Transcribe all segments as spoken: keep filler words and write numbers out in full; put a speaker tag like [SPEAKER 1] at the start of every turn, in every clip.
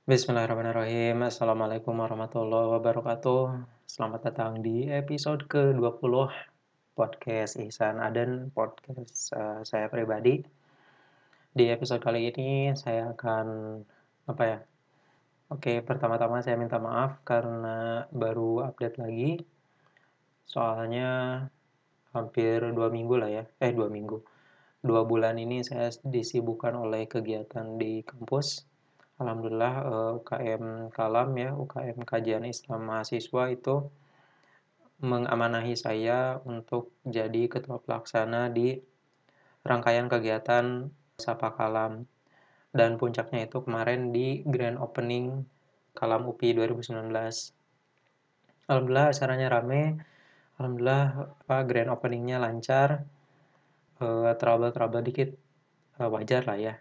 [SPEAKER 1] Bismillahirrahmanirrahim. Assalamualaikum warahmatullahi wabarakatuh. Selamat datang di episode kedua puluh podcast Ihsan Aden, podcast uh, saya pribadi. Di episode kali ini saya akan apa ya? Oke, pertama-tama saya minta maaf karena baru update lagi. Soalnya hampir dua minggu lah ya. Eh, dua minggu. Dua bulan ini saya disibukkan oleh kegiatan di kampus. Alhamdulillah eh, U K M Kalam ya, U K M Kajian Islam Mahasiswa itu mengamanahi saya untuk jadi ketua pelaksana di rangkaian kegiatan Sapa Kalam. Dan puncaknya itu kemarin di Grand Opening Kalam U P I dua ribu sembilan belas. Alhamdulillah acaranya rame, alhamdulillah apa Grand Openingnya lancar, eh, trouble-trouble dikit, eh, wajar lah ya.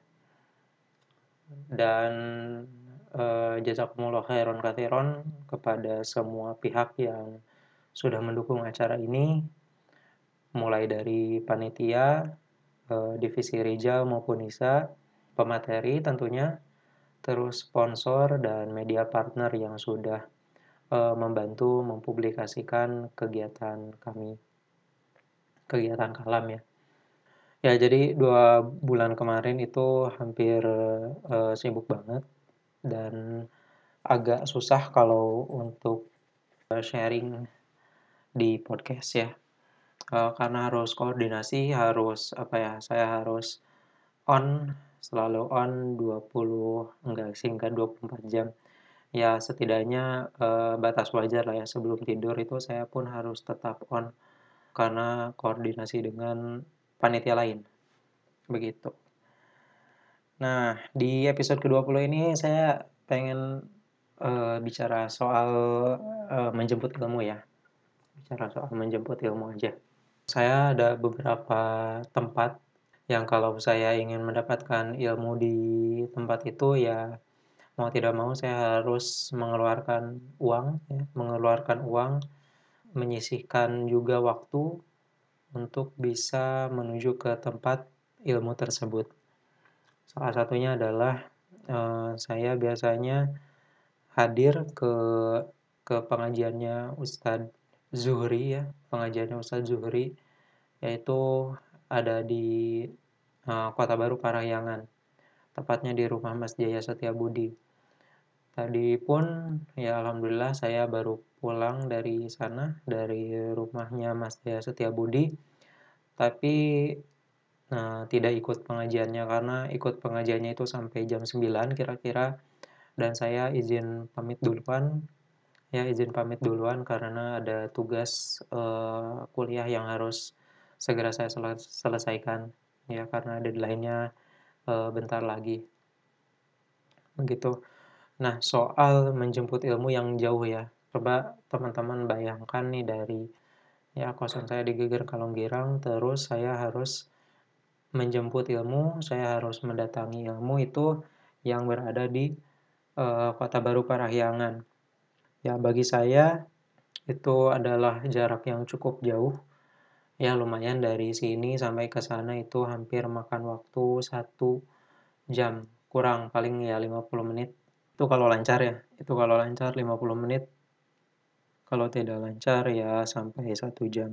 [SPEAKER 1] Dan eh, jazakumullah khairan katsiran kepada semua pihak yang sudah mendukung acara ini, mulai dari panitia, eh, divisi Rijal maupun Nisa, pemateri tentunya, terus sponsor dan media partner yang sudah eh, membantu mempublikasikan kegiatan kami, kegiatan Kalam ya. Ya, jadi dua bulan kemarin itu hampir eh, sibuk banget dan agak susah kalau untuk eh, sharing di podcast ya. Eh, karena harus koordinasi, harus apa ya, saya harus on, selalu on dua puluh, enggak sih, enggak dua puluh empat jam. Ya setidaknya eh, batas wajar lah ya, sebelum tidur itu saya pun harus tetap on karena koordinasi dengan panitia lain, begitu. Nah, di episode kedua puluh ini saya pengen eh, bicara soal eh, menjemput ilmu ya. Bicara soal menjemput ilmu aja. Saya ada beberapa tempat yang kalau saya ingin mendapatkan ilmu di tempat itu ya mau tidak mau saya harus mengeluarkan uang ya, mengeluarkan uang, menyisihkan juga waktu untuk bisa menuju ke tempat ilmu tersebut. Salah satunya adalah eh, saya biasanya hadir ke ke pengajiannya Ustadz Zuhri ya, pengajiannya Ustadz Zuhri, yaitu ada di uh, Kota Baru Parahyangan, tepatnya di rumah Mas Jaya Setiabudi. Tadi pun ya alhamdulillah saya baru pulang dari sana, dari rumahnya Mas Jaya Setiabudi, tapi nah, tidak ikut pengajiannya karena ikut pengajiannya itu sampai jam sembilan kira-kira, dan saya izin pamit duluan ya izin pamit duluan karena ada tugas uh, kuliah yang harus segera saya sel- selesaikan ya karena deadline-nya uh, bentar lagi begitu. Nah, soal menjemput ilmu yang jauh ya, coba teman-teman bayangkan nih dari ya kosan saya di Geger Kalonggirang, terus saya harus menjemput ilmu, saya harus mendatangi ilmu itu yang berada di uh, Kota Baru Parahyangan. Ya, bagi saya itu adalah jarak yang cukup jauh. Ya, lumayan dari sini sampai ke sana itu hampir makan waktu satu jam. Kurang, paling ya lima puluh menit. Itu kalau lancar ya. Itu kalau lancar lima puluh menit. Kalau tidak lancar ya sampai satu jam.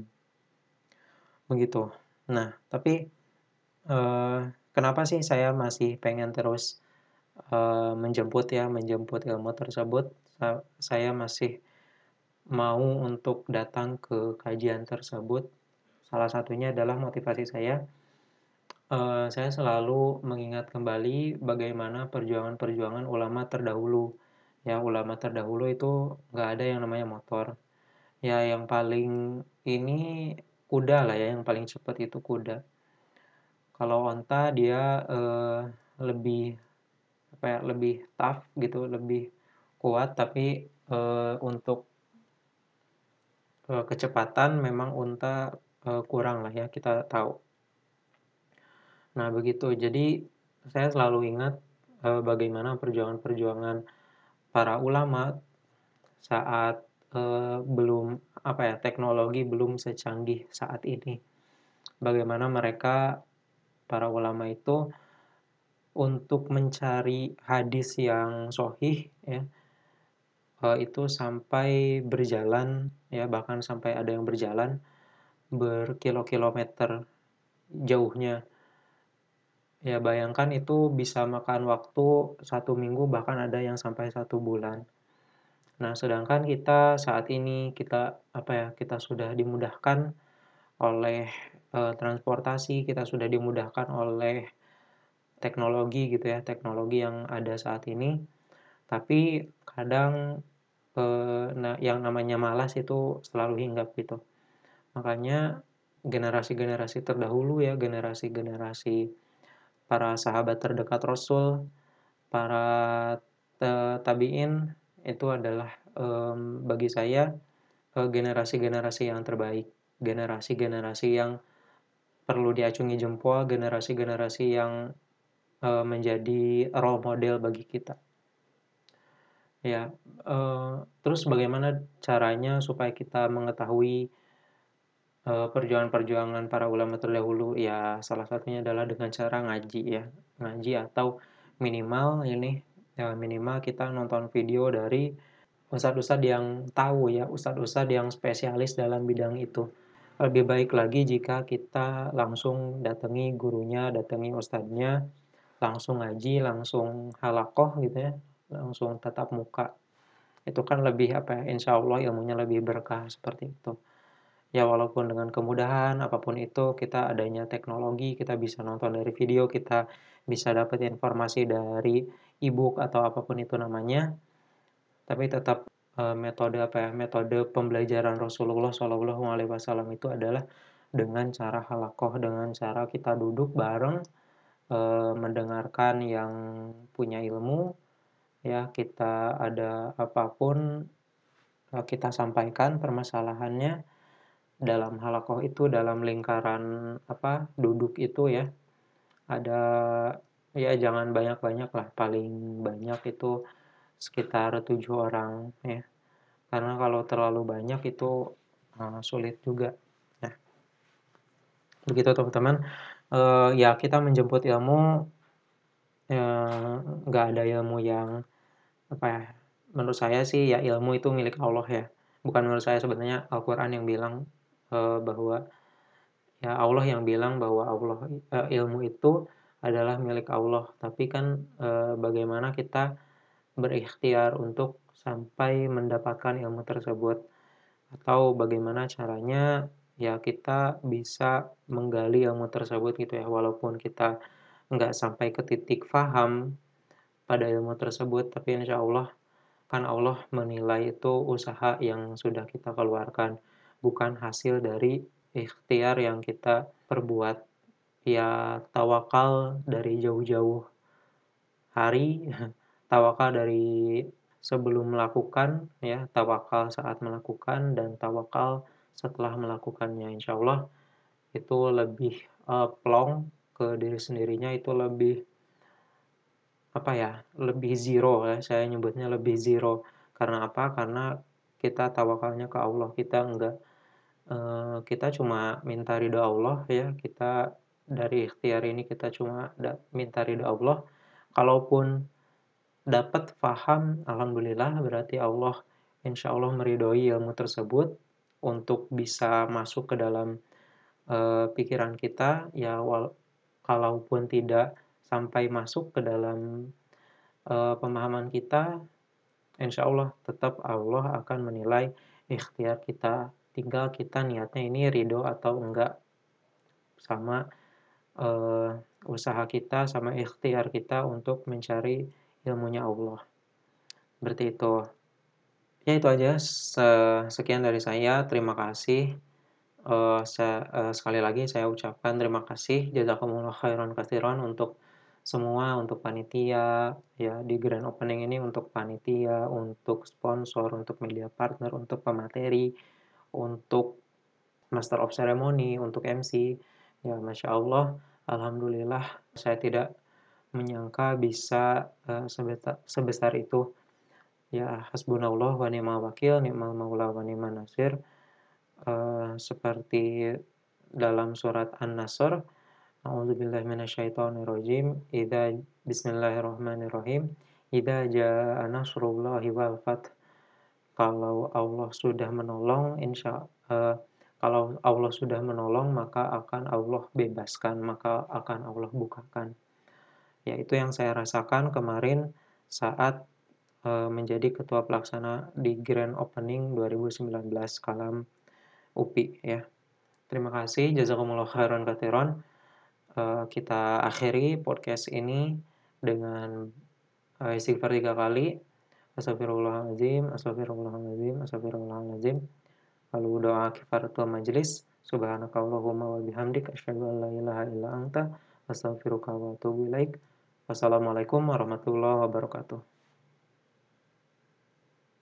[SPEAKER 1] Begitu. Nah, tapi eh, kenapa sih saya masih pengen terus eh, menjemput ya, menjemput ilmu tersebut? Sa- Saya masih mau untuk datang ke kajian tersebut. Salah satunya adalah motivasi saya. Eh, saya selalu mengingat kembali bagaimana perjuangan-perjuangan ulama terdahulu. Ya, ulama terdahulu itu nggak ada yang namanya motor. Ya, yang paling ini kuda lah ya, yang paling cepat itu kuda. Kalau onta dia eh, lebih apa ya, lebih tough gitu, lebih kuat, tapi eh, untuk eh, kecepatan memang unta eh, kurang lah ya, kita tahu. Nah, begitu. Jadi, saya selalu ingat eh, bagaimana perjuangan-perjuangan para ulama saat eh, belum apa ya, teknologi belum secanggih saat ini. Bagaimana mereka para ulama itu untuk mencari hadis yang shahih ya, eee, itu sampai berjalan ya, bahkan sampai ada yang berjalan berkilo-kilometer jauhnya. Ya bayangkan itu bisa makan waktu satu minggu, bahkan ada yang sampai satu bulan. Nah, sedangkan kita saat ini, kita, apa ya, kita sudah dimudahkan oleh, eee, transportasi, kita sudah dimudahkan oleh teknologi gitu ya, teknologi yang ada saat ini, tapi kadang, eee, nah yang namanya malas itu selalu hinggap gitu. Makanya generasi-generasi terdahulu ya, generasi-generasi para sahabat terdekat Rasul, para te tabi'in, itu adalah, mmm, bagi saya, eee, generasi-generasi yang terbaik, generasi-generasi yang perlu diacungi jempol, generasi-generasi yang, eee, menjadi role model bagi kita. Ya, eee, terus bagaimana caranya supaya kita mengetahui, eee, perjuangan-perjuangan para ulama terdahulu? Ya salah satunya adalah dengan cara ngaji ya, ngaji atau minimal ini, ya minimal kita nonton video dari ustad-ustad yang tahu ya, ustad-ustad yang spesialis dalam bidang itu. Lebih baik lagi jika kita langsung datangi gurunya, datangi ustadznya, langsung ngaji, langsung halaqah gitu ya, langsung tatap muka. Itu kan lebih, apa ya, insya Allah ilmunya lebih berkah, seperti itu. Ya walaupun dengan kemudahan, apapun itu, kita adanya teknologi, kita bisa nonton dari video, kita bisa dapat informasi dari e-book atau apapun itu namanya, tapi tetap, eee, metode, apa ya, metode pembelajaran Rasulullah Shallallahu Alaihi Wasallam itu adalah dengan cara halaqah, dengan cara kita duduk bareng, eee, mendengarkan yang punya ilmu, ya kita ada apapun, eee, kita sampaikan permasalahannya dalam halaqah itu, dalam lingkaran apa, duduk itu ya, ada ya jangan banyak-banyak lah, paling banyak itu sekitar tujuh orang ya, karena kalau terlalu banyak itu, eee, sulit juga. Nah, begitu teman-teman, eee, ya kita menjemput ilmu, eee, nggak ada ilmu yang, apa ya, menurut saya sih ya ilmu itu milik Allah ya, bukan menurut saya, sebenarnya Al-Quran yang bilang, eee, bahwa ya Allah yang bilang bahwa Allah eee, ilmu itu adalah milik Allah, tapi kan, eee, bagaimana kita berikhtiar untuk sampai mendapatkan ilmu tersebut, atau bagaimana caranya ya kita bisa menggali ilmu tersebut gitu ya, walaupun kita nggak sampai ke titik paham pada ilmu tersebut, tapi insya Allah kan Allah menilai itu usaha yang sudah kita keluarkan, bukan hasil dari ikhtiar yang kita perbuat. Ya tawakal dari jauh-jauh hari, tawakal dari sebelum melakukan ya, tawakal saat melakukan, dan tawakal setelah melakukannya. Insya Allah itu lebih, eee, plong ke diri sendirinya, itu lebih, apa ya, lebih zero ya, saya nyebutnya lebih zero. Karena apa? Karena kita tawakalnya ke Allah, kita enggak, eee, kita cuma minta ridho Allah ya, kita dari ikhtiar ini kita cuma da minta ridho Allah. Kalaupun dapat paham, alhamdulillah berarti Allah insya Allah meridhoi ilmu tersebut untuk bisa masuk ke dalam, eee, pikiran kita, ya wal kalaupun tidak sampai masuk ke dalam, eee, pemahaman kita, insya Allah tetap Allah akan menilai ikhtiar kita, tinggal kita niatnya ini ridho atau enggak sama, eee, usaha kita, sama ikhtiar kita untuk mencari ilmunya Allah. Seperti itu. Ya itu aja, se sekian dari saya, terima kasih. Eee, se eee, sekali lagi saya ucapkan terima kasih, jazakumullah khairan katsiran untuk semua, untuk panitia, ya di grand opening ini, untuk panitia, untuk sponsor, untuk media partner, untuk pemateri, untuk master of ceremony, untuk M C. Ya masya Allah, alhamdulillah saya tidak menyangka bisa, eee, sebeta sebesar itu. Ya hasbunallah wa ni'mal wakil, ni'mal maula wa ni'man nasir. Eee, seperti dalam surat An-Nasr, a'udzubillahi minasyaitonir rajim, idza Bismillahirrahmanirrahim. Idza jaa nasrullahi wal fath. Kalau Allah sudah menolong, insya eee, kalau Allah sudah menolong, maka akan Allah bebaskan, maka akan Allah bukakan. Ya, itu yang saya rasakan kemarin saat, eee, menjadi ketua pelaksana di Grand Opening dua ribu sembilan belas Kalam U P I ya. Terima kasih, jazakumullah khairan katsiran. Eee, kita akhiri podcast ini dengan, eee, istighfar tiga kali. Astaghfirullahaladzim, astaghfirullahaladzim, astaghfirullahaladzim. Lalu doa kifaratul majlis. Subhanakallahumma wa bihamdik asyhadu an la ilaha illa anta astaghfiruka wa atubu ilaik. Wassalamualaikum warahmatullahi wabarakatuh.